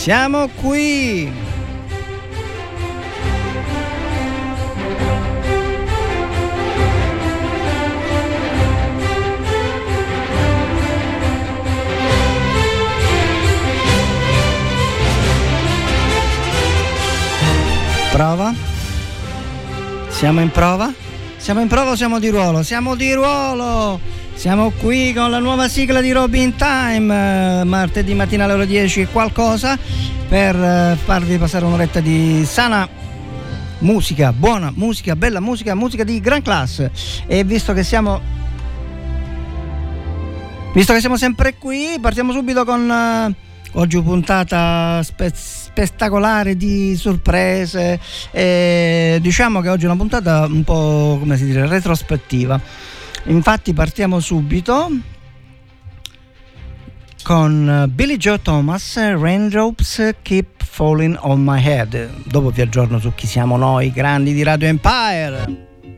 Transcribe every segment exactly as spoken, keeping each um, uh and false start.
siamo qui. Prova? Siamo in prova? Siamo in prova o siamo di ruolo? Siamo di ruolo! Siamo qui con la nuova sigla di Robin Time, martedì mattina alle ore dieci e qualcosa, per farvi passare un'oretta di sana musica, buona musica, bella musica, musica di gran classe. E visto che siamo visto che siamo sempre qui, partiamo subito con uh, oggi puntata spe- spettacolare di sorprese, e diciamo che oggi è una puntata un po', come si dice, retrospettiva. Infatti partiamo subito con Billy Joe Thomas, Raindrops Keep Falling on My Head. Dopo vi aggiorno su chi siamo noi, grandi di Radio Empire.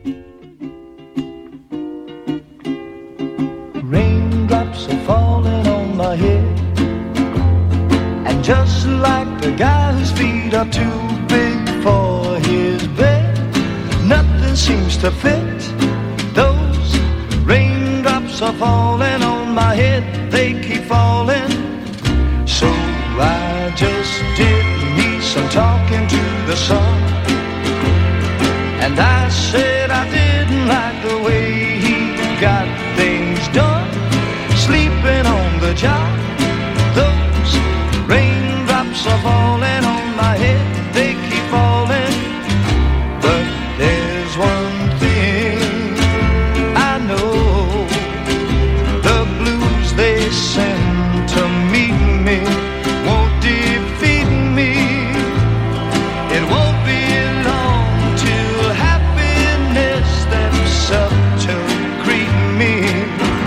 Raindrops are falling on my head, and just like the guy whose feet are too big for his bed, nothing seems to fit. Those raindrops are falling on my head, they keep falling. So I just did me some talking to the sun, and I said I didn't like the way he got things done, sleeping on the job. Those raindrops are falling on my head, they keep falling. But there's one thing I know, the blues they send to meet me won't defeat me. It won't be long till happiness steps up to greet me.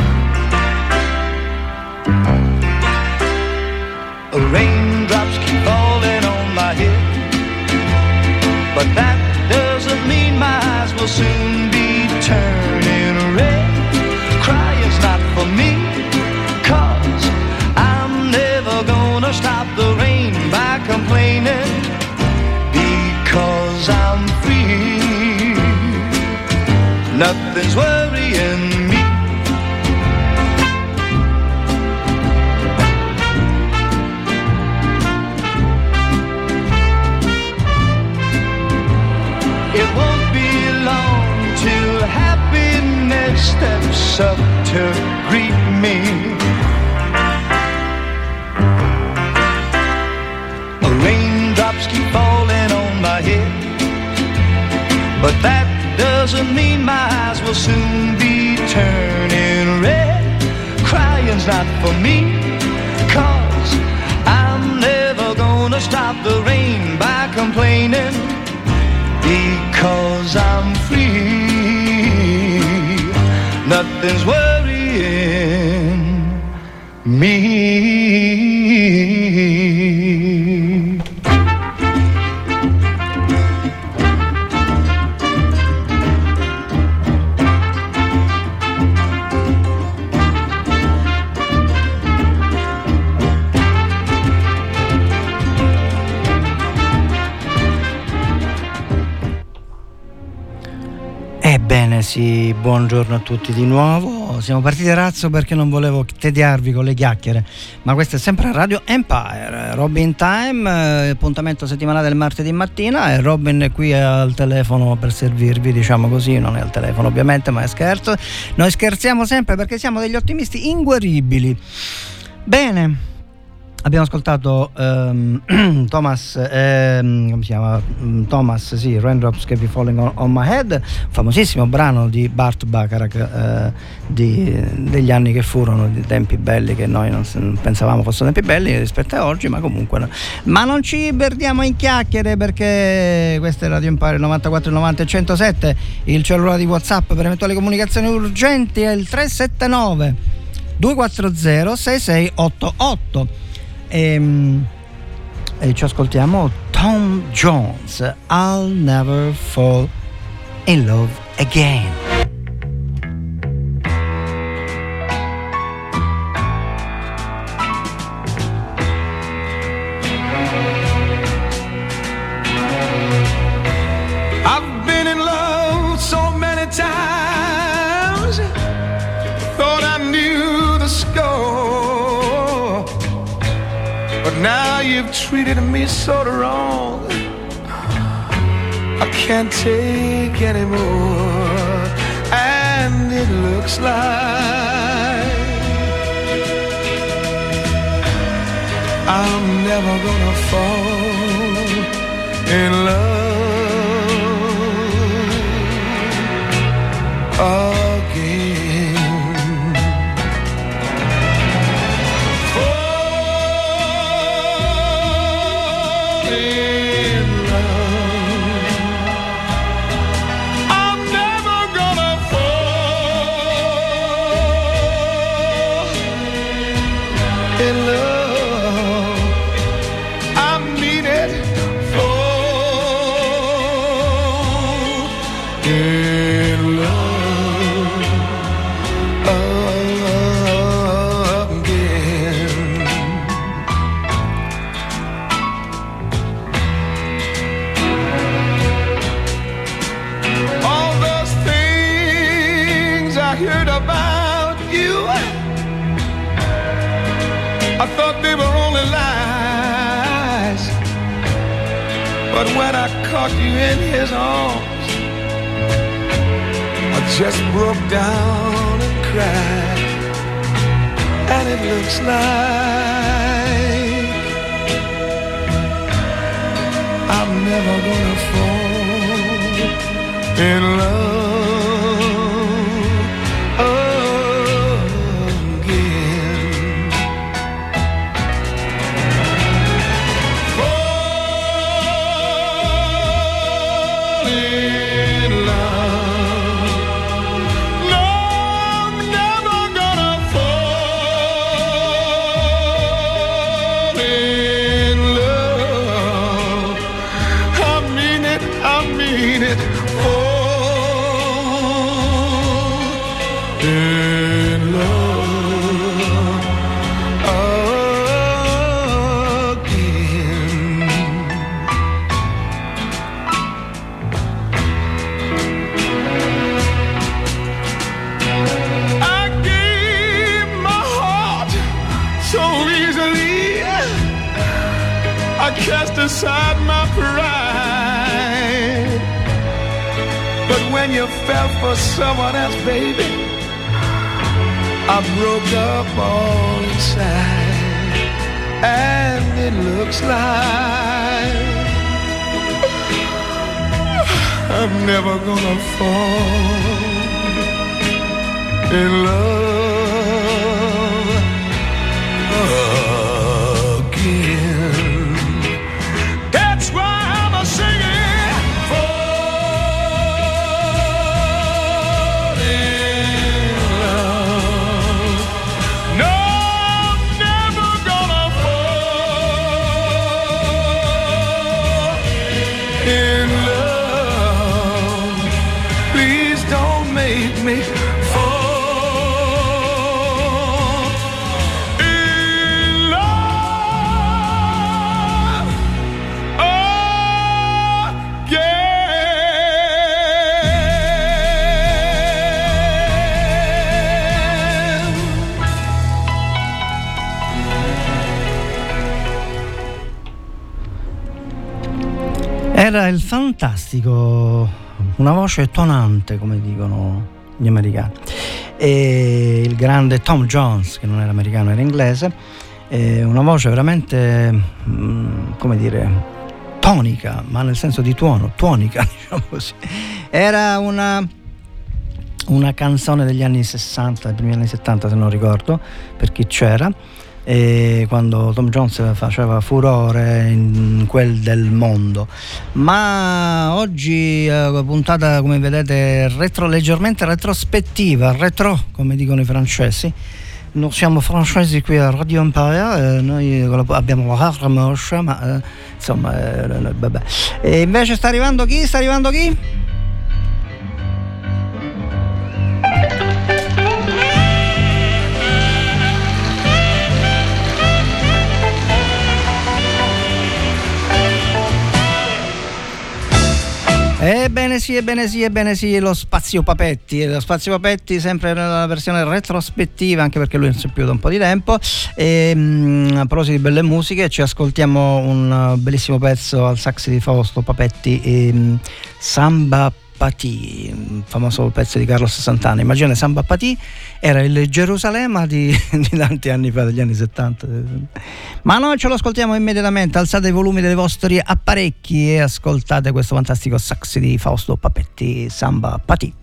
Raindrops keep falling on my head, but that doesn't mean my eyes will soon be turning red. Crying's not for me, 'cause I'm never gonna stop the rain by complaining, because I'm free. Nothing's worrying me. It won't be long till happiness steps up to greet me. Raindrops keep falling on my head, but that doesn't mean my eyes will soon be turning red. Crying's not for me, 'cause I'm never gonna stop the rain by complaining, because I'm free. Nothing's worrying me. Ebbene sì, buongiorno a tutti di nuovo. Siamo partiti a razzo perché non volevo tediarvi con le chiacchiere, ma questa è sempre Radio Empire, Robin Time, appuntamento settimanale del martedì mattina, e Robin è qui al telefono per servirvi, diciamo così, non è al telefono ovviamente, ma è scherzo. Noi scherziamo sempre perché siamo degli ottimisti inguaribili. Bene. Abbiamo ascoltato um, Thomas, um, come si chiama? Um, Thomas, sì, Raindrops Keep Falling on, on My Head, famosissimo brano di Burt Bacharach, uh, di, degli anni che furono, di tempi belli che noi non, non pensavamo fossero tempi belli rispetto a oggi, ma comunque no. Ma non ci perdiamo in chiacchiere, perché questa è Radio Empire novantaquattro novanta centosette, il cellulare di WhatsApp per eventuali comunicazioni urgenti è il tre sette nove due quattro zero sei sei otto otto. E, e ci ascoltiamo Tom Jones, I'll Never Fall in Love Again. I've been in love so many times, thought I knew the score, but now you've treated me so wrong, I can't take anymore. And it looks like I'm never gonna fall in love again. Fall in love. I'm never gonna fall in love. I mean it. Fall in love again. All those things I heard about you, I thought they were only lies, but when I caught you in his arms, I just broke down and cried. And it looks like I'm never gonna fall in love again. Fall in love. No, I'm never gonna fall in love. I mean it, I mean it. Fall in love again. I gave my heart so easily, I cast aside my pride. But when you fell for someone else, baby, I broke up all inside. And it looks like I'm never gonna fall in love again. That's why I'm a singing. Fall in love. No, I'm never gonna fall in love. Please don't make me fall in love again. Era il fantastico, una voce tonante, come dicono gli americani, e il grande Tom Jones, che non era americano, era inglese, e una voce veramente, mm, come dire, tonica, ma nel senso di tuono, tuonica, diciamo così. Era una una canzone degli anni sessanta, dei primi anni settanta, se non ricordo, per chi c'era, e quando Tom Jones faceva furore in quel del mondo. Ma oggi eh, puntata, come vedete, retro, leggermente retrospettiva, retro, come dicono i francesi. Noi siamo francesi qui a Radio Empire, eh, noi abbiamo la R moscia, ma eh, insomma eh, vabbè. E invece sta arrivando chi? Sta arrivando chi? Ebbene sì, ebbene sì, ebbene sì, lo Spazio Papetti, lo Spazio Papetti sempre nella versione retrospettiva, anche perché lui non c'è più da un po' di tempo. E mh, a proposito di belle musiche, ci ascoltiamo un bellissimo pezzo al sax di Fausto Papetti, e, mh, Samba Pati, un famoso pezzo di Carlos Santana. Immagina, Samba Pati era il Gerusalemme di, di tanti anni fa, degli anni settanta. Ma noi ce lo ascoltiamo immediatamente. Alzate i volumi dei vostri apparecchi e ascoltate questo fantastico sax di Fausto Papetti, Samba Pati.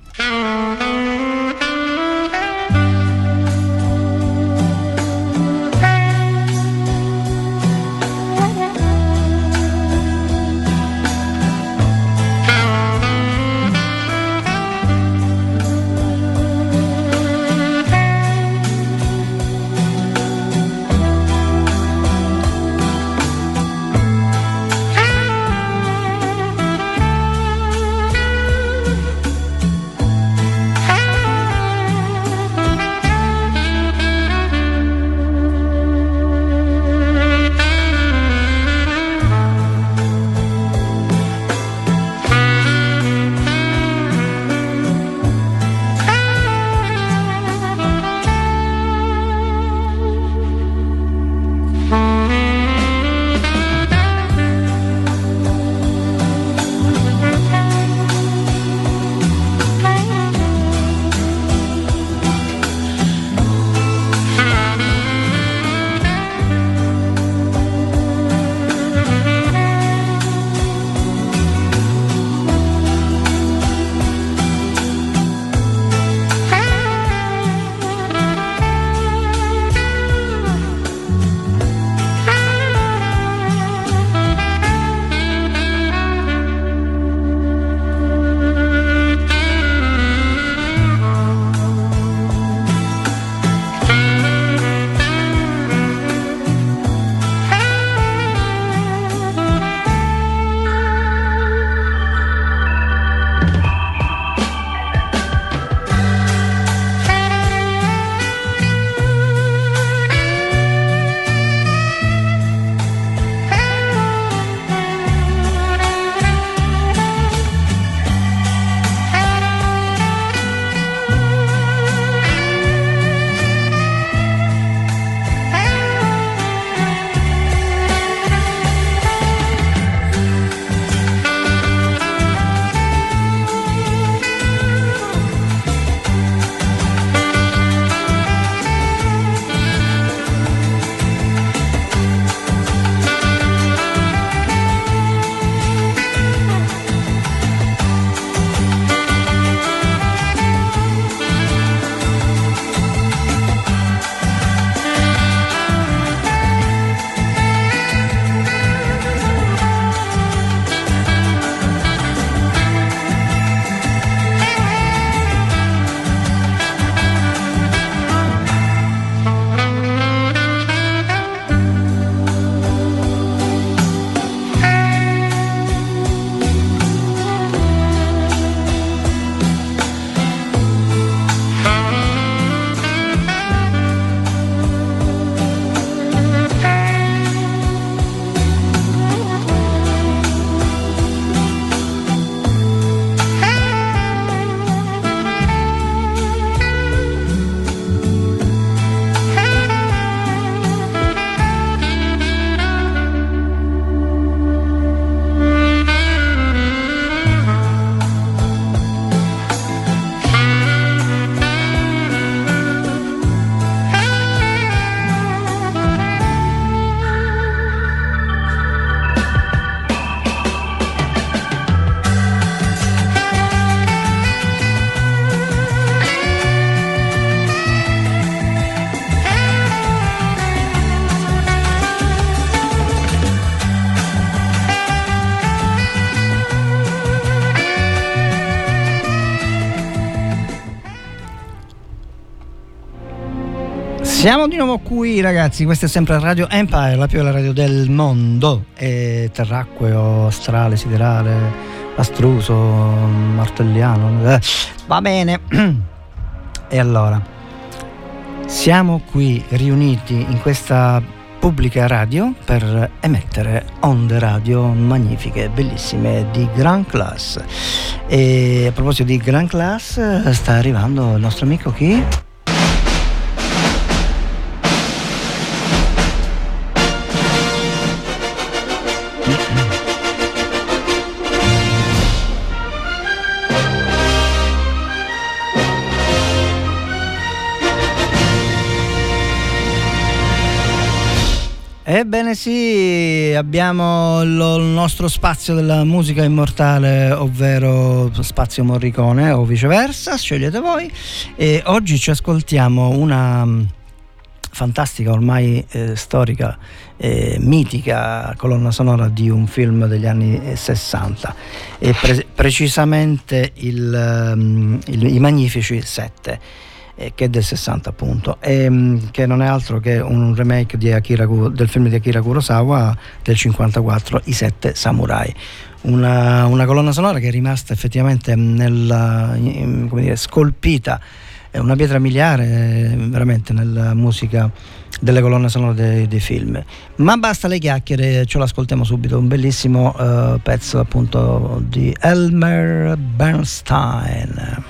Siamo di nuovo qui, ragazzi, questa è sempre Radio Empire, la più bella radio del mondo, è terracqueo, astrale, siderale, astruso, martelliano, eh, va bene. E allora, siamo qui riuniti in questa pubblica radio per emettere onde radio magnifiche, bellissime, di gran class. E a proposito di gran class, sta arrivando il nostro amico chi? Ebbene sì, abbiamo lo, il nostro spazio della musica immortale, ovvero spazio Morricone o viceversa, scegliete voi. E oggi ci ascoltiamo una fantastica, ormai eh, storica, eh, mitica colonna sonora di un film degli anni sessanta, e pre- precisamente il, um, il, i Magnifici Sette, che è del sessanta appunto, e che non è altro che un remake di Akira, del film di Akira Kurosawa del cinquantaquattro, I Sette Samurai. Una, una colonna sonora che è rimasta effettivamente nella, come dire, scolpita, è una pietra miliare veramente nella musica delle colonne sonore dei, dei film. Ma basta le chiacchiere, ce l'ascoltiamo subito, un bellissimo uh, pezzo appunto di Elmer Bernstein.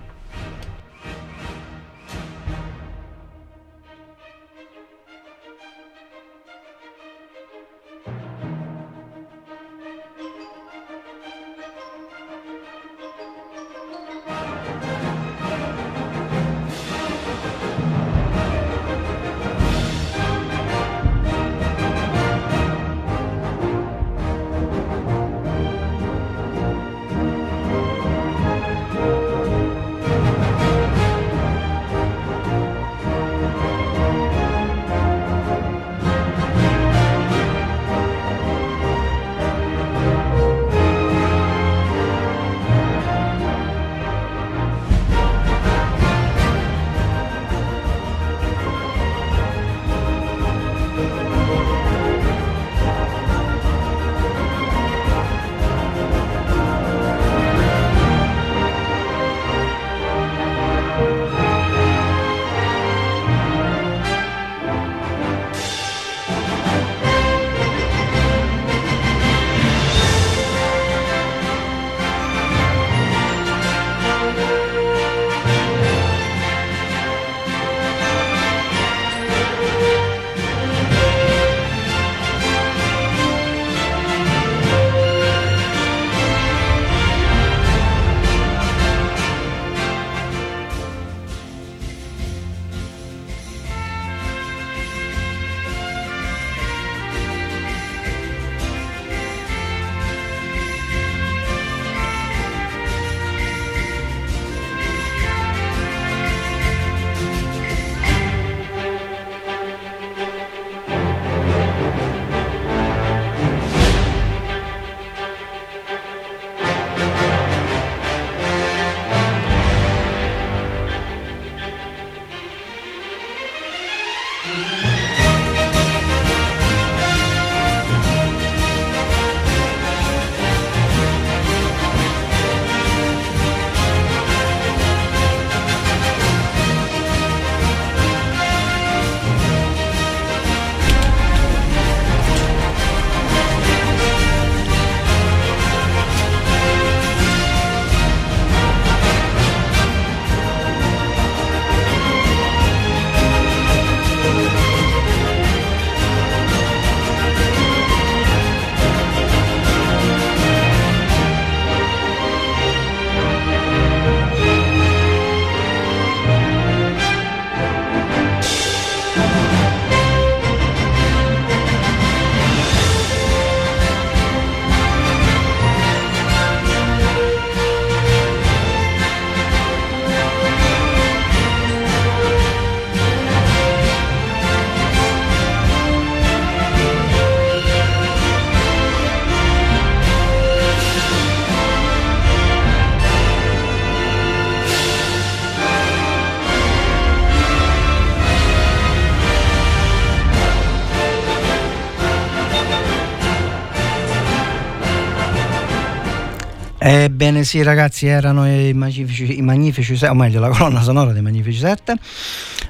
Ebbene sì ragazzi, erano i Magnifici, i Magnifici Sette, o meglio la colonna sonora dei Magnifici Sette.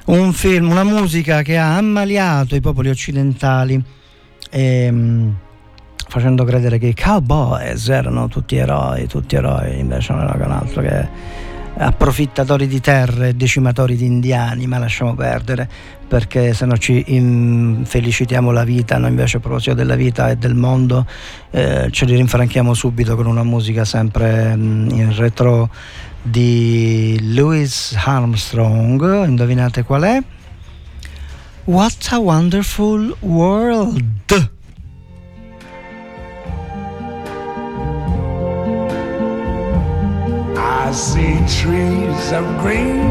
Un film, una musica che ha ammaliato i popoli occidentali, e, facendo credere che i cowboys erano tutti eroi, tutti eroi, invece non erano altro che approfittatori di terre e decimatori di indiani, ma lasciamo perdere, perché se no ci infelicitiamo la vita. Noi invece, a proposito della vita e del mondo, eh, ce li rinfranchiamo subito con una musica sempre mh, in retro di Louis Armstrong. Indovinate qual è? What a Wonderful World. I see trees of green,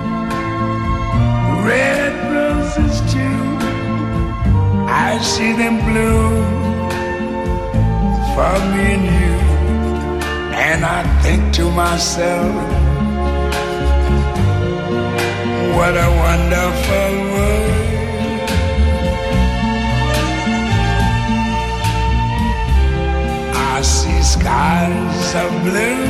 red roses too. I see them bloom for me and you. And I think to myself, what a wonderful world. I see skies of blue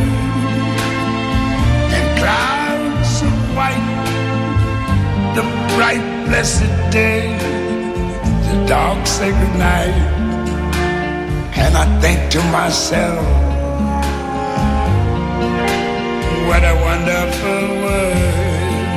and clouds of white, the bright blessed day, the dark sacred night. And I think to myself, what a wonderful world.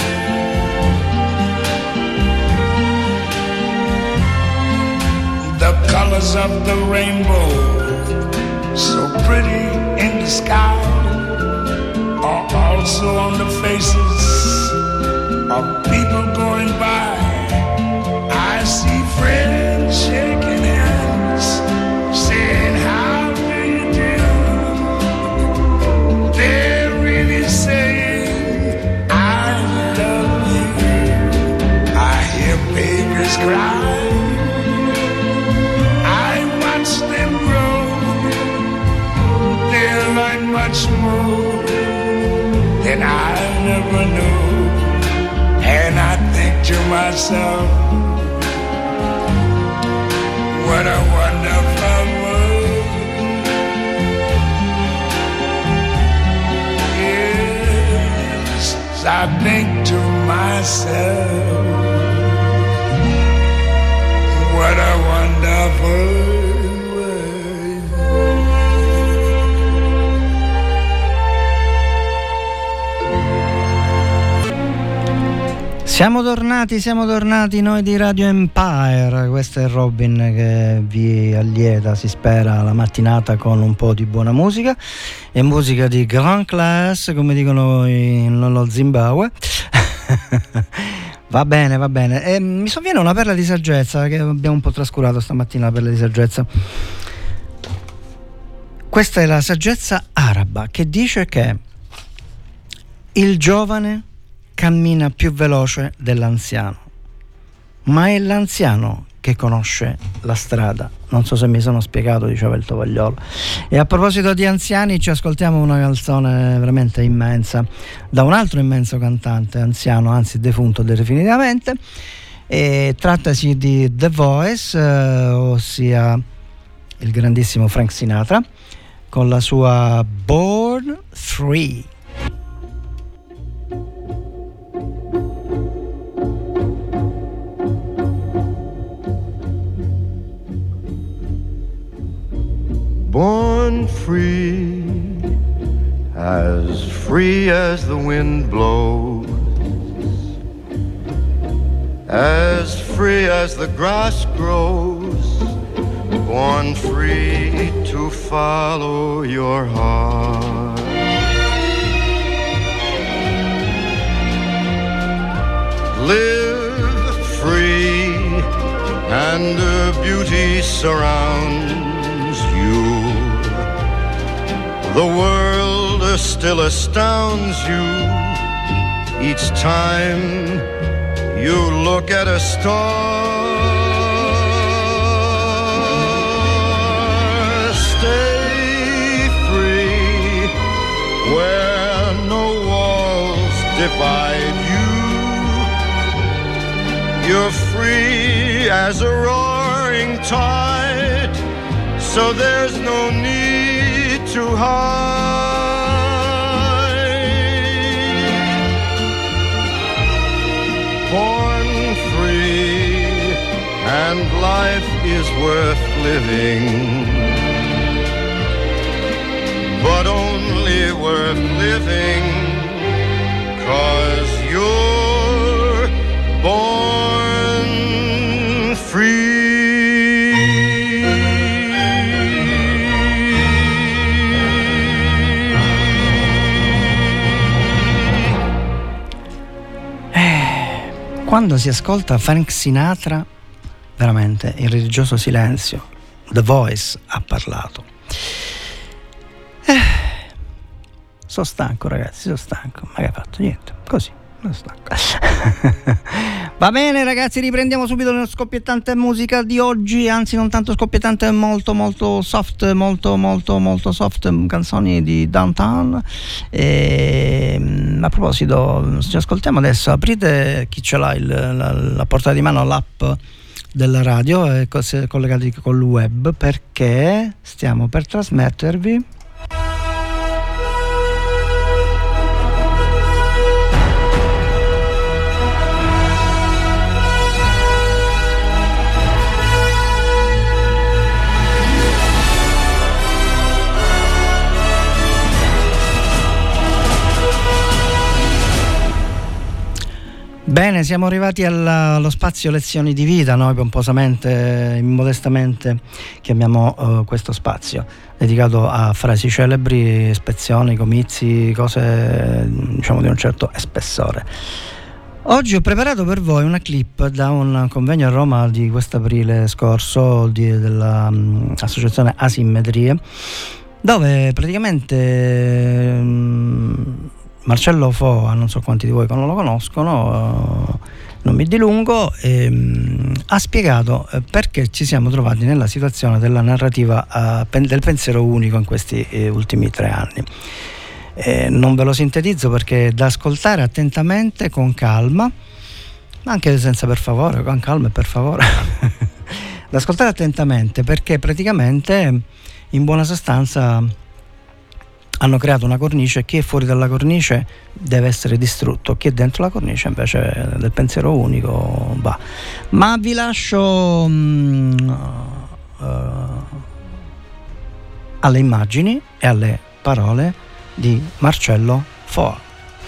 The colors of the rainbow, so pretty in the sky, are also on the faces of people going by. I see friends shaking hands, saying, how do you do? They're really saying, I love you. I hear babies cry, I watch them grow. They'll learn much more than I never knew. And I think to myself, what a wonderful world. Yes, I think to myself, what a wonderful world. Siamo tornati, siamo tornati noi di Radio Empire. Questo è Robin che vi allieta, si spera, la mattinata con un po' di buona musica e musica di grand class, come dicono in lo Zimbabwe. Va bene, va bene. E mi sovviene una perla di saggezza che abbiamo un po' trascurato stamattina, la perla di saggezza. Questa è la saggezza araba che dice che il giovane cammina più veloce dell'anziano, ma è l'anziano che conosce la strada. Non so se mi sono spiegato, diceva il Tovagliolo. E a proposito di anziani, ci ascoltiamo una canzone veramente immensa da un altro immenso cantante, anziano, anzi defunto definitivamente, e trattasi di The Voice, eh, ossia il grandissimo Frank Sinatra, con la sua Born Free. Born free, as free as the wind blows, as free as the grass grows, born free to follow your heart. Live free and the beauty surrounds you. The world still astounds you each time you look at a star. Stay free where no walls divide you. You're free as a roaring tide, so there's no need to hide. For and life is worth living, but only worth living 'cause you're born free. Quando si ascolta Frank Sinatra, veramente il religioso silenzio, The Voice ha parlato. Eh, sono stanco, ragazzi, sono stanco. Ma che ha fatto? Niente, così, sono stanco. Va bene, ragazzi, riprendiamo subito la scoppiettante musica di oggi, anzi non tanto scoppiettante, molto molto soft, molto molto molto soft, canzoni di Downtown. E, a proposito, ci ascoltiamo adesso, aprite chi ce l'ha il, la, la portata di mano, l'app della radio e cose collegate col web, perché stiamo per trasmettervi Bene, siamo arrivati alla, allo spazio lezioni di vita. Noi pomposamente, immodestamente chiamiamo uh, questo spazio, dedicato a frasi celebri, spezzoni, comizi, cose diciamo di un certo spessore. Oggi ho preparato per voi una clip da un convegno a Roma di quest'aprile scorso di, dell'associazione um, Asimmetrie, dove praticamente um, Marcello Foa, non so quanti di voi non lo conoscono, uh, non mi dilungo, ehm, ha spiegato eh, perché ci siamo trovati nella situazione della narrativa uh, pen- del pensiero unico in questi eh, ultimi tre anni. Eh, non ve lo sintetizzo perché è da ascoltare attentamente, con calma, anche senza per favore, con calma e per favore, da ascoltare attentamente, perché praticamente in buona sostanza hanno creato una cornice. Chi è fuori dalla cornice deve essere distrutto, chi è dentro la cornice invece del pensiero unico va. Ma vi lascio mh, uh, alle immagini e alle parole di Marcello Foa.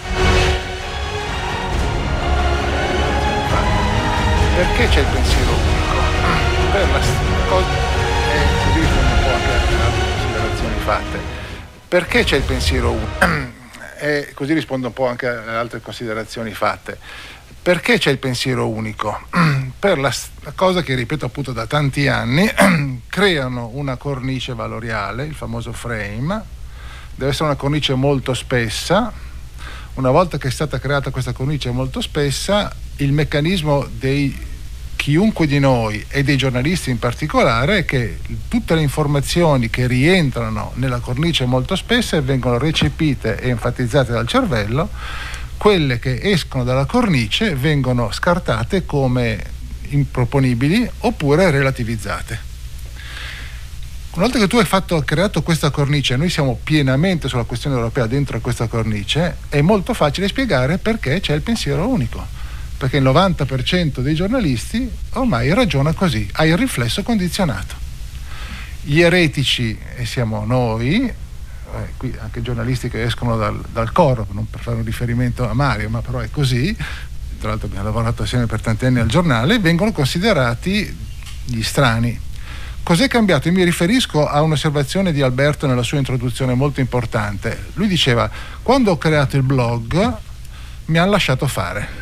Perché c'è il pensiero unico? Per la cosa, eh, così rispondo un po' anche alle altre considerazioni fatte. Perché c'è il pensiero unico? E così rispondo un po' anche alle altre considerazioni fatte. Perché c'è il pensiero unico? Per la, la cosa che ripeto appunto da tanti anni, creano una cornice valoriale, il famoso frame, deve essere una cornice molto spessa. Una volta che è stata creata questa cornice molto spessa, il meccanismo dei chiunque di noi e dei giornalisti in particolare è che tutte le informazioni che rientrano nella cornice molto spesse vengono recepite e enfatizzate dal cervello, quelle che escono dalla cornice vengono scartate come improponibili oppure relativizzate. Una volta che tu hai fatto, creato questa cornice, noi siamo pienamente sulla questione europea dentro questa cornice, è molto facile spiegare perché c'è il pensiero unico. Perché il novanta per cento dei giornalisti ormai ragiona così, ha il riflesso condizionato. Gli eretici, e siamo noi, eh, qui anche giornalisti che escono dal, dal coro, non per fare un riferimento a Mario, ma però è così, tra l'altro abbiamo lavorato assieme per tanti anni al giornale, vengono considerati gli strani. Cos'è cambiato? Io mi riferisco a un'osservazione di Alberto nella sua introduzione molto importante. Lui diceva: quando ho creato il blog mi hanno lasciato fare.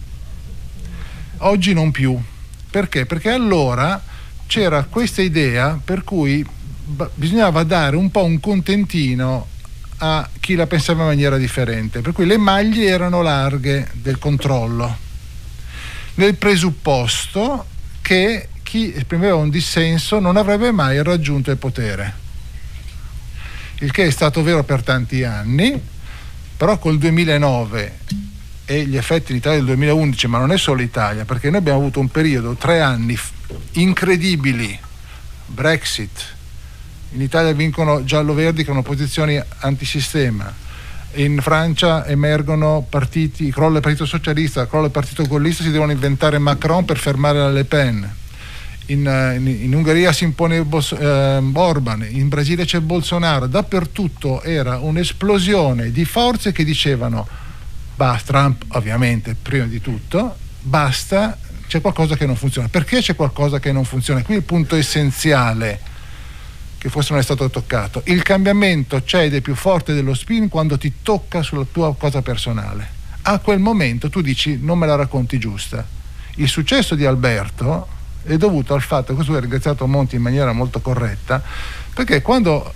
Oggi non più. Perché? Perché allora c'era questa idea per cui b- bisognava dare un po' un contentino a chi la pensava in maniera differente, per cui le maglie erano larghe del controllo, nel presupposto che chi esprimeva un dissenso non avrebbe mai raggiunto il potere, il che è stato vero per tanti anni, però col duemilanove e gli effetti in Italia del duemilaundici, ma non è solo Italia, perché noi abbiamo avuto un periodo, tre anni incredibili, Brexit, in Italia vincono giallo-verdi con opposizioni antisistema, in Francia emergono partiti, crolla il partito socialista, crolla il partito gollista, si devono inventare Macron per fermare la Le Pen, In, in, in Ungheria si impone Bos- eh, Orban, in Brasile c'è Bolsonaro, dappertutto era un'esplosione di forze che dicevano basta, Trump ovviamente prima di tutto, basta, c'è qualcosa che non funziona. Perché c'è qualcosa che non funziona? Qui è il punto essenziale che forse non è stato toccato. Il cambiamento c'è ed è più forte dello spin quando ti tocca sulla tua cosa personale. A quel momento tu dici non me la racconti giusta. Il successo di Alberto è dovuto al fatto, questo ha ringraziato Monti in maniera molto corretta, perché quando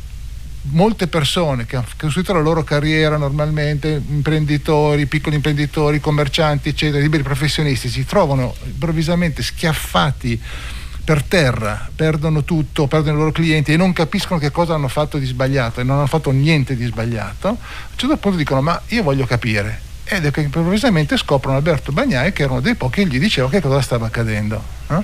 molte persone che hanno costruito la loro carriera normalmente, imprenditori, piccoli imprenditori, commercianti, eccetera, liberi professionisti, si trovano improvvisamente schiaffati per terra, perdono tutto, perdono i loro clienti e non capiscono che cosa hanno fatto di sbagliato, e non hanno fatto niente di sbagliato, a un certo punto dicono ma io voglio capire, ed è che improvvisamente scoprono Alberto Bagnai, che era uno dei pochi che gli diceva che cosa stava accadendo. Eh?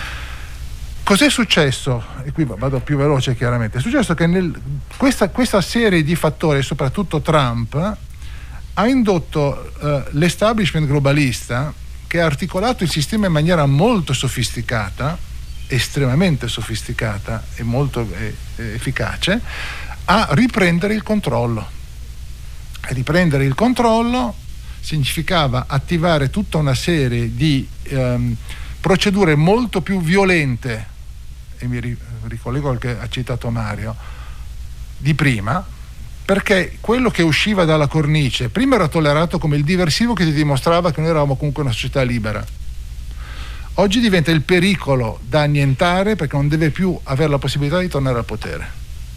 Cos'è successo? E qui vado più veloce chiaramente. È successo che nel, questa, questa serie di fattori, soprattutto Trump, ha indotto eh, l'establishment globalista, che ha articolato il sistema in maniera molto sofisticata, estremamente sofisticata e molto eh, efficace, a riprendere il controllo. A riprendere il controllo significava attivare tutta una serie di ehm, procedure molto più violente, e mi ricollego al che ha citato Mario, di prima, perché quello che usciva dalla cornice prima era tollerato come il diversivo che ti dimostrava che noi eravamo comunque una società libera. Oggi diventa il pericolo da annientare perché non deve più avere la possibilità di tornare al potere.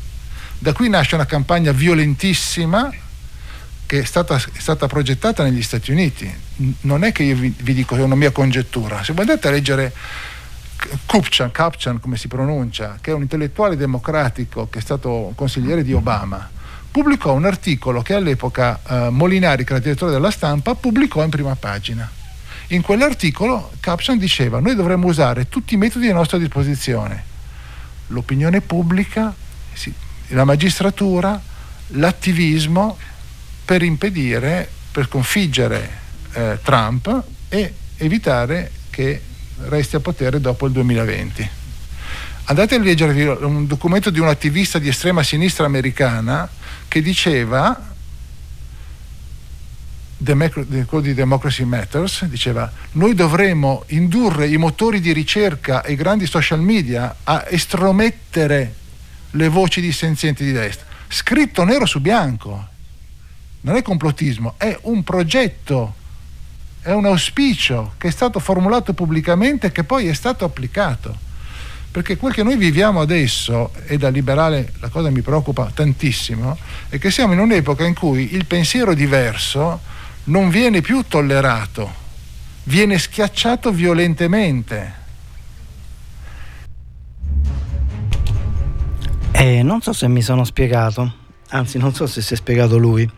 Da qui nasce una campagna violentissima che è stata, è stata progettata negli Stati Uniti. Non è che io vi, vi dico che è una mia congettura. Se andate a leggere Kupchan, Kupchan come si pronuncia, che è un intellettuale democratico che è stato consigliere di Obama, pubblicò un articolo che all'epoca eh, Molinari, che era direttore della Stampa, pubblicò in prima pagina. In quell'articolo Kupchan diceva: noi dovremmo usare tutti i metodi a nostra disposizione, l'opinione pubblica, sì, la magistratura, l'attivismo, per impedire, per sconfiggere eh, Trump e evitare che resti a potere dopo il duemilaventi. Andate a leggere un documento di un attivista di estrema sinistra americana che diceva, quello di Democracy Matters, diceva: noi dovremmo indurre i motori di ricerca e i grandi social media a estromettere le voci dissenzienti di destra. Scritto nero su bianco. Non è complottismo, è un progetto, è un auspicio che è stato formulato pubblicamente e che poi è stato applicato. Perché quel che noi viviamo adesso, e da liberale la cosa mi preoccupa tantissimo, è che siamo in un'epoca in cui il pensiero diverso non viene più tollerato, viene schiacciato violentemente. Eh, non so se mi sono spiegato, anzi non so se si è spiegato lui.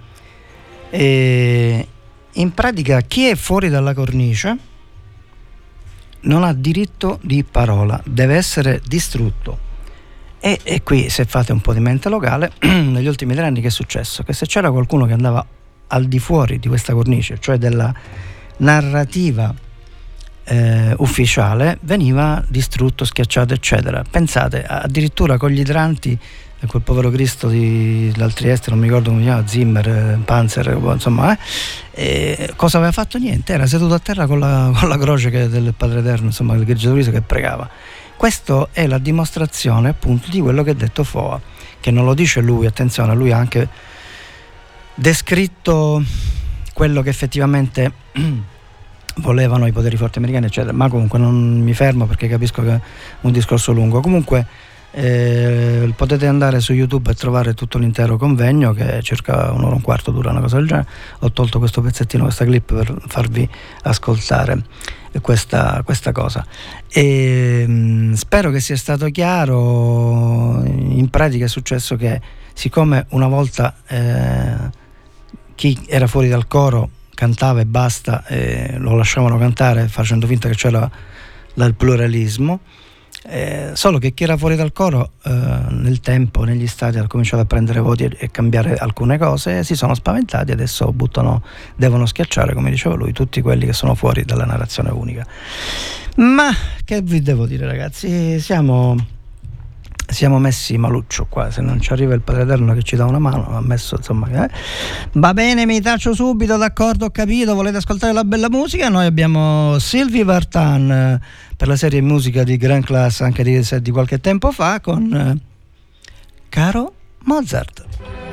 E in pratica chi è fuori dalla cornice non ha diritto di parola, deve essere distrutto. E, e qui, se fate un po' di mente locale, negli ultimi tre anni che è successo? Che se c'era qualcuno che andava al di fuori di questa cornice, cioè della narrativa eh, ufficiale, veniva distrutto, schiacciato, eccetera. Pensate, addirittura con gli idranti, quel povero Cristo di, dal Trieste, non mi ricordo come si chiama, Zimmer, Panzer, insomma, eh, eh, cosa aveva fatto? Niente, era seduto a terra con la, con la croce che del Padre Eterno, insomma, il Gesù Cristo che pregava. Questo è la dimostrazione appunto di quello che ha detto Foa, che non lo dice lui, attenzione, lui ha anche descritto quello che effettivamente volevano i poteri forti americani, eccetera, ma comunque non mi fermo perché capisco che è un discorso lungo. Comunque Eh, potete andare su YouTube e trovare tutto l'intero convegno, che è circa un'ora e un quarto, dura una cosa del genere. Ho tolto questo pezzettino, questa clip, per farvi ascoltare questa, questa cosa e mh, spero che sia stato chiaro. In pratica è successo che, siccome una volta eh, chi era fuori dal coro cantava e basta, e lo lasciavano cantare facendo finta che c'era il pluralismo, Eh, solo che chi era fuori dal coro eh, nel tempo, negli stadi, ha cominciato a prendere voti e, e cambiare alcune cose, si sono spaventati, adesso buttano, devono schiacciare, come diceva lui, tutti quelli che sono fuori dalla narrazione unica. Ma che vi devo dire, ragazzi, siamo siamo messi maluccio qua, se non ci arriva il Padre Eterno che ci dà una mano, ha messo, insomma, eh. Va bene, mi taccio subito, d'accordo, ho capito, volete ascoltare la bella musica? Noi abbiamo Sylvie Vartan eh, per la serie musica di Grand Class, anche di, di qualche tempo fa, con eh, Caro Mozart.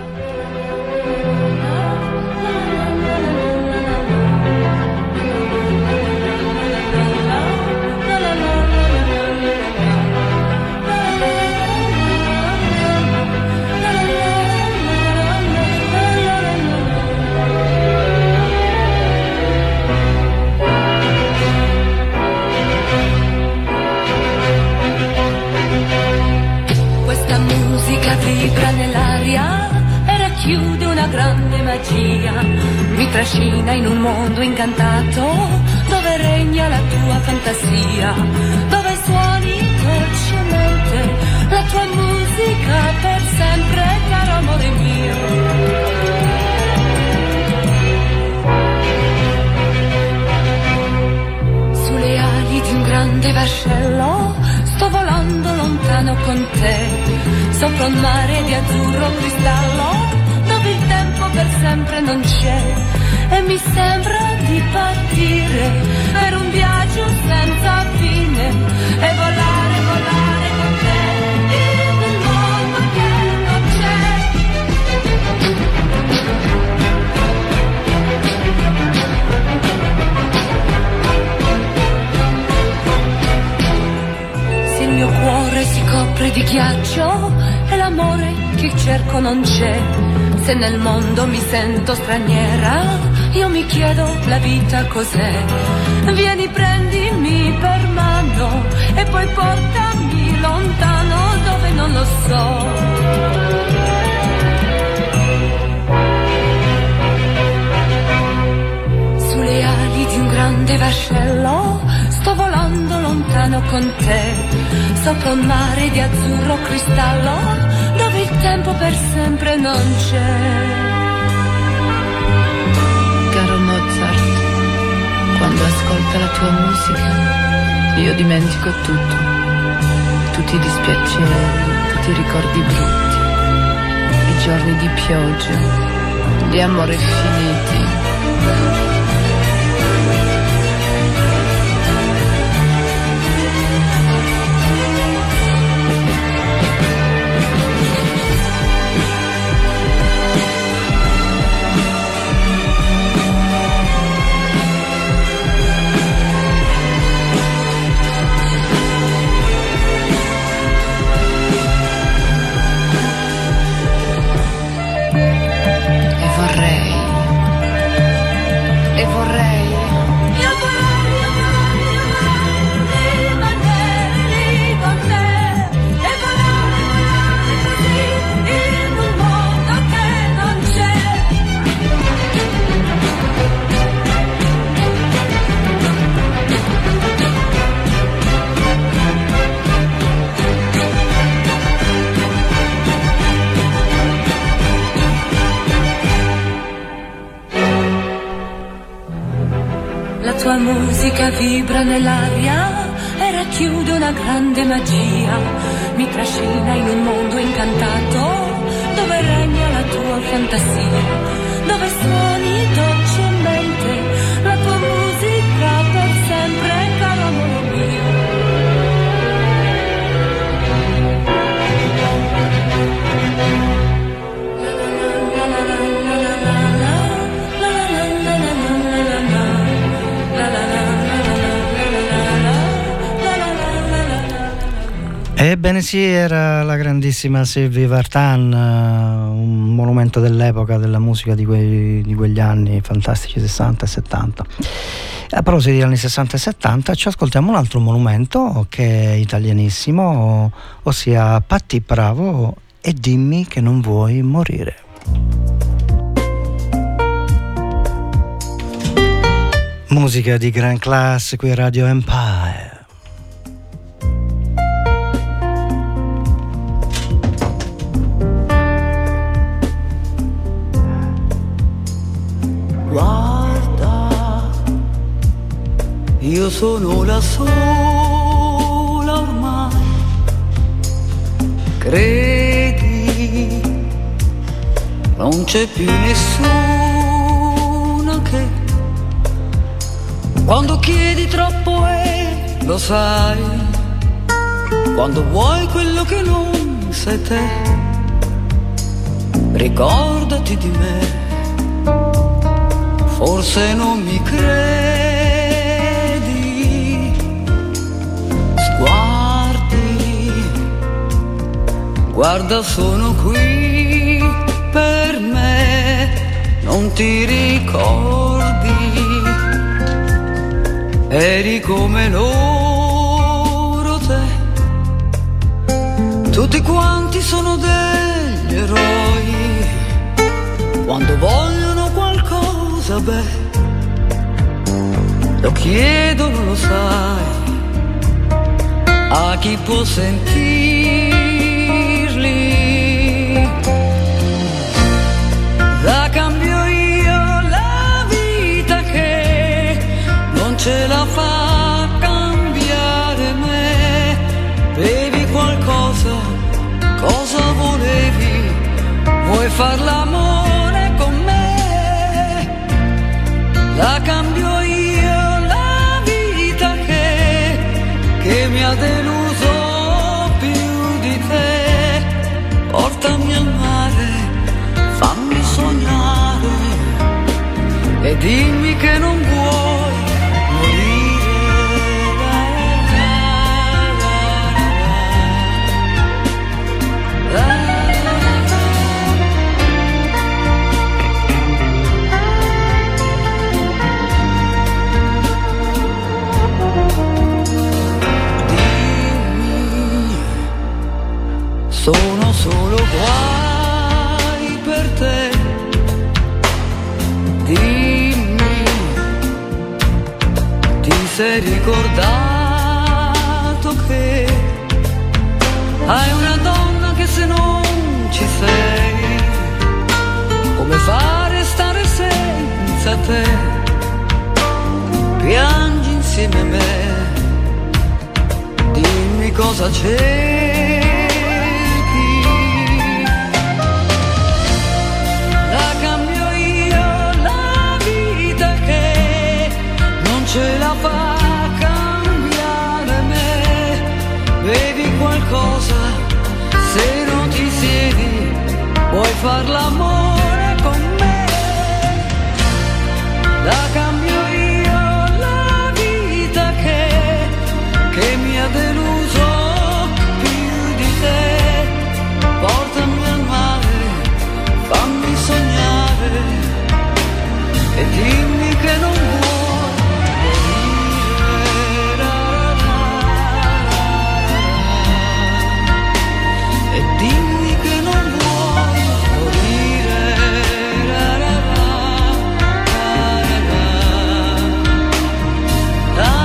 Vibra nell'aria e racchiude una grande magia, mi trascina in un mondo incantato dove regna la tua fantasia, dove suoni dolcemente la tua musica per sempre, caro amore mio. Sulle ali di un grande vascello sto volando lontano con te, sopra un mare di azzurro cristallo, dove il tempo per sempre non c'è, e mi sembra di partire per un viaggio senza fine, e volare, volare con te in un mondo che non c'è. Se il mio cuore si copre di ghiaccio e l'amore che cerco non c'è, se nel mondo mi sento straniera, io mi chiedo la vita cos'è. Vieni, prendimi per mano e poi portami lontano dove non lo so. Sulle ali di un grande vascello sto volando lontano con te, sopra un mare di azzurro cristallo, dove il tempo per sempre non c'è. Caro Mozart, quando ascolto la tua musica io dimentico tutto, tutti i dispiaceri, tutti i ricordi brutti, i giorni di pioggia, gli amori finiti. La tua musica vibra nell'aria e racchiude una grande magia, mi trascina in un mondo incantato dove regna la tua fantasia, dove suoni dolcemente la tua musica per sempre, caro amore mio. Ebbene sì, era la grandissima Sylvie Vartan, un monumento dell'epoca della musica di, quei, di quegli anni fantastici sessanta e settanta. A proposito degli anni sessanta e settanta ci ascoltiamo un altro monumento che è italianissimo, ossia Patti Bravo e Dimmi che non vuoi morire. Musica di Grand Class qui a Radio Empire. io sono la sola ormai. Credi, non c'è più nessuno che quando chiedi troppo e lo sai, quando vuoi quello che non sei te, ricordati di me. Forse non mi credi, sguardi, guarda sono qui per me, non ti ricordi, eri come loro te, tutti quanti sono degli eroi, quando vogliono qualcosa, beh, lo chiedono, lo sai, a chi può sentirli. La cambio io la vita che non ce la fa cambiare me. Bevi qualcosa, cosa volevi? Vuoi far l'amore con me? La cambio io la vita che, che mi ha deluso più di te. Portami al mare, fammi sognare e dimmi che non vuoi morire. La, la, la, sono solo guai per te, dimmi, ti sei ricordato che hai una donna che se non ci sei, come fare stare senza te, piangi insieme a me, dimmi cosa c'è. Ce la fa cambiare me, bevi qualcosa, se non ti siedi, vuoi far l'amore con me, la cambio io la vita che, che mi ha deluso più di te, portami al mare, fammi sognare e dimmi che non vuoi. Dimmi che non vuoi morire. La, la, la, la, la,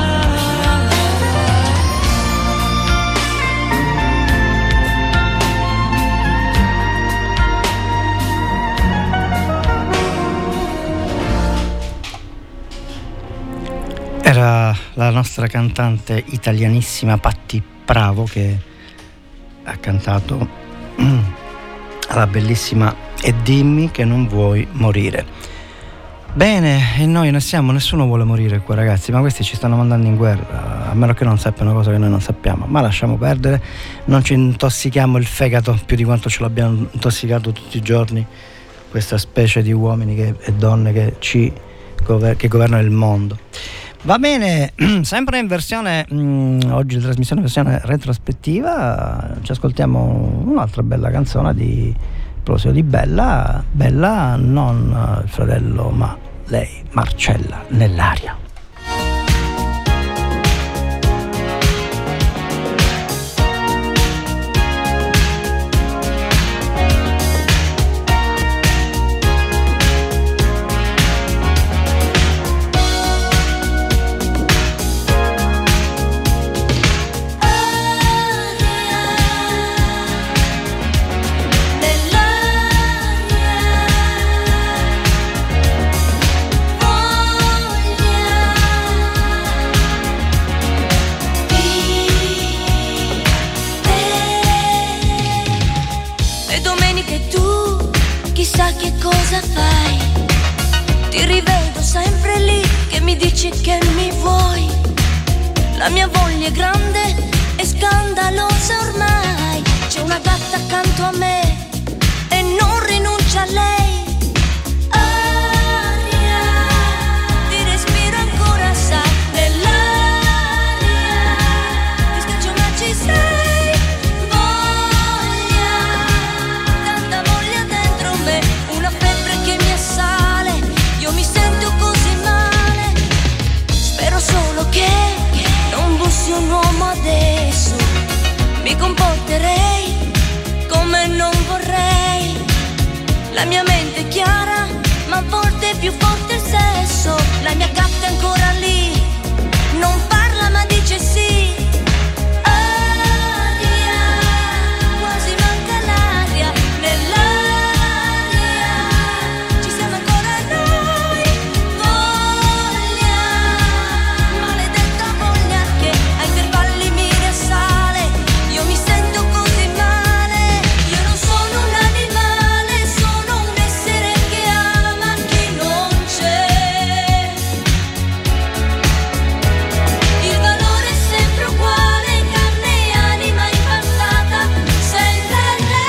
la. Era la nostra cantante italianissima Patti Bravo che ha cantato alla bellissima E dimmi che non vuoi morire. Bene, e noi ne siamo, nessuno vuole morire qua ragazzi, ma questi ci stanno mandando in guerra, a meno che non sappiano cose che noi non sappiamo, ma lasciamo perdere, non ci intossichiamo il fegato più di quanto ce l'abbiamo intossicato tutti i giorni questa specie di uomini che, e donne che ci che governano il mondo. Va bene, sempre in versione mh, oggi la trasmissione in versione retrospettiva, ci ascoltiamo un'altra bella canzone di proposito di Bella, Bella non il fratello ma lei, Marcella Nell'aria. Nell'aria che tu chissà che cosa fai. Ti rivedo sempre lì che mi dici che mi vuoi. La mia voglia è grande e scandalosa ormai. C'è una gatta accanto a me e non rinuncia a lei. Aria, ti respiro ancora, sai, nell'aria. Ti scaccio ma ci sei. Voglia, tanta voglia dentro me, una febbre che mi assale. Io mi sento così male. Spero solo che non bussi un uomo adesso. Mi comporterei come non vorrei. La mia mente è chiara, ma a volte è più forte il sesso. La mia gatta è ancora lì, non parla ma dice sì. Aria, quasi manca l'aria, nell'aria ci siamo ancora noi. Voglia, maledetta voglia che a intervalli mi riassale. Io mi sento così male. Io non sono un animale, sono un essere che ama chi non c'è. Il valore è sempre uguale, carne e anima impastata, sempre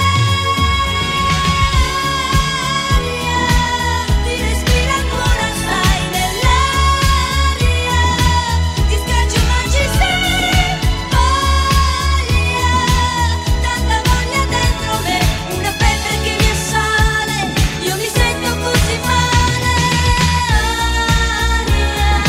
l'aria. Ti respira ancora, stai nell'aria. Ti scaccio ma ci sei. Voglia, tanta voglia dentro me, una febbre che mi assale. Io mi sento così male. Aria,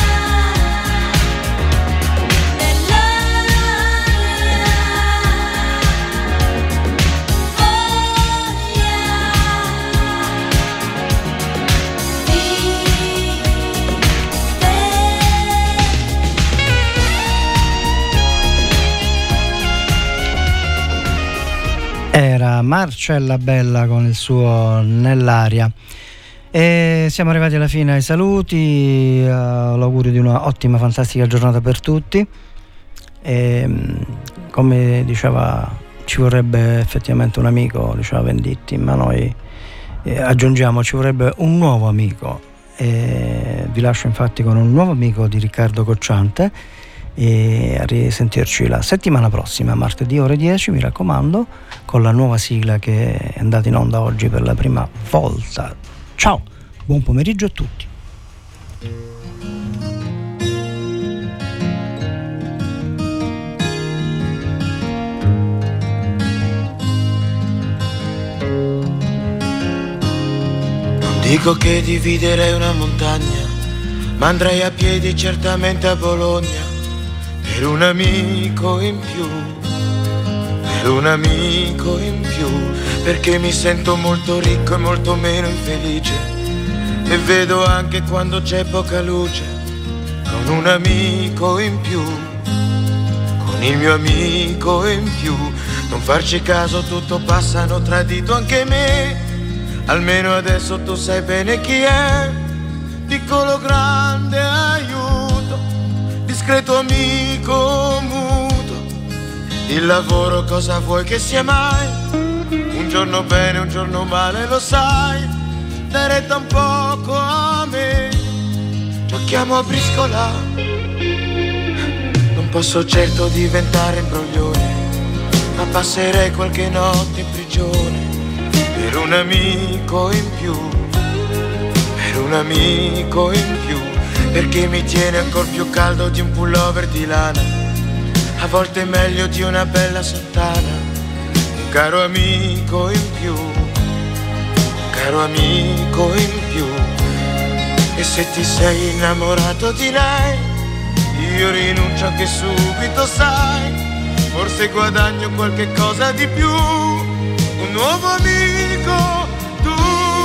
Era Marcella Bella con il suo Nell'aria. E siamo arrivati alla fine ai saluti, uh, l'augurio di una ottima, fantastica giornata per tutti. E, come diceva, ci vorrebbe effettivamente un amico, diceva Venditti, ma noi eh, aggiungiamo ci vorrebbe un nuovo amico. E vi lascio infatti con un nuovo amico di Riccardo Cocciante e a risentirci la settimana prossima, martedì ore dieci, mi raccomando, con la nuova sigla che è andata in onda oggi per la prima volta. Ciao, buon pomeriggio a tutti. Non dico che dividerei una montagna, ma andrei a piedi certamente a Bologna per un amico in più, per un amico in più, perché mi sento molto ricco e molto meno infelice e vedo anche quando c'è poca luce con un amico in più, con il mio amico in più. Non farci caso, tutto passa, hanno tradito anche me, almeno adesso tu sai bene chi è, piccolo grande aiuto, discreto amico muto. Il lavoro cosa vuoi che sia mai? Un giorno bene, un giorno male, lo sai, dai retta un poco a me, giochiamo a briscola. Non posso certo diventare imbroglione, ma passerei qualche notte in prigione per un amico in più, per un amico in più, perché mi tiene ancora più caldo di un pullover di lana, a volte è meglio di una bella sottana. Un caro amico in più, un caro amico in più. E se ti sei innamorato di lei, io rinuncio anche subito, sai, forse guadagno qualche cosa di più, un nuovo amico tu,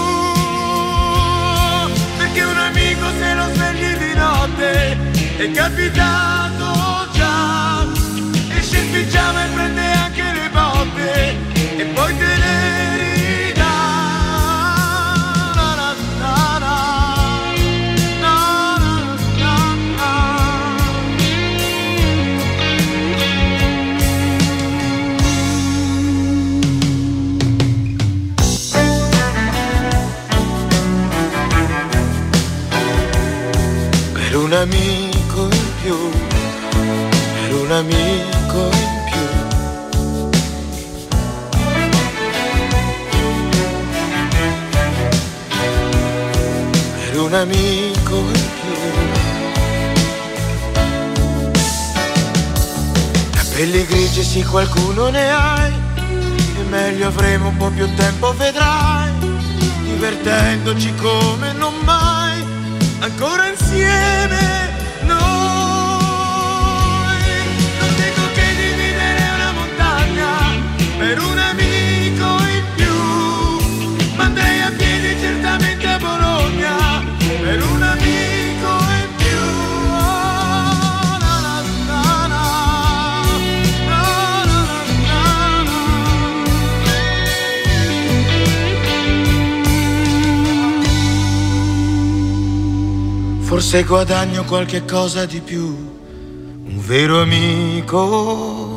perché un amico se lo svegli di notte è capitato già, esce in pigiama e prende anche le botte e poi te le ridà. Na, na, na, na. amico in più, per un amico in più. Per un amico in più. Capelli grigi sì qualcuno ne hai, e meglio avremo un po' più tempo vedrai, divertendoci come non mai, ancora insieme noi. Non dico che dividere una montagna per un amico in più, ma andrei a piedi certamente a Bologna per un amico in più. Oh, na, na, na, na. Na, na, na, na. Forse guadagno qualche cosa di più, un vero amico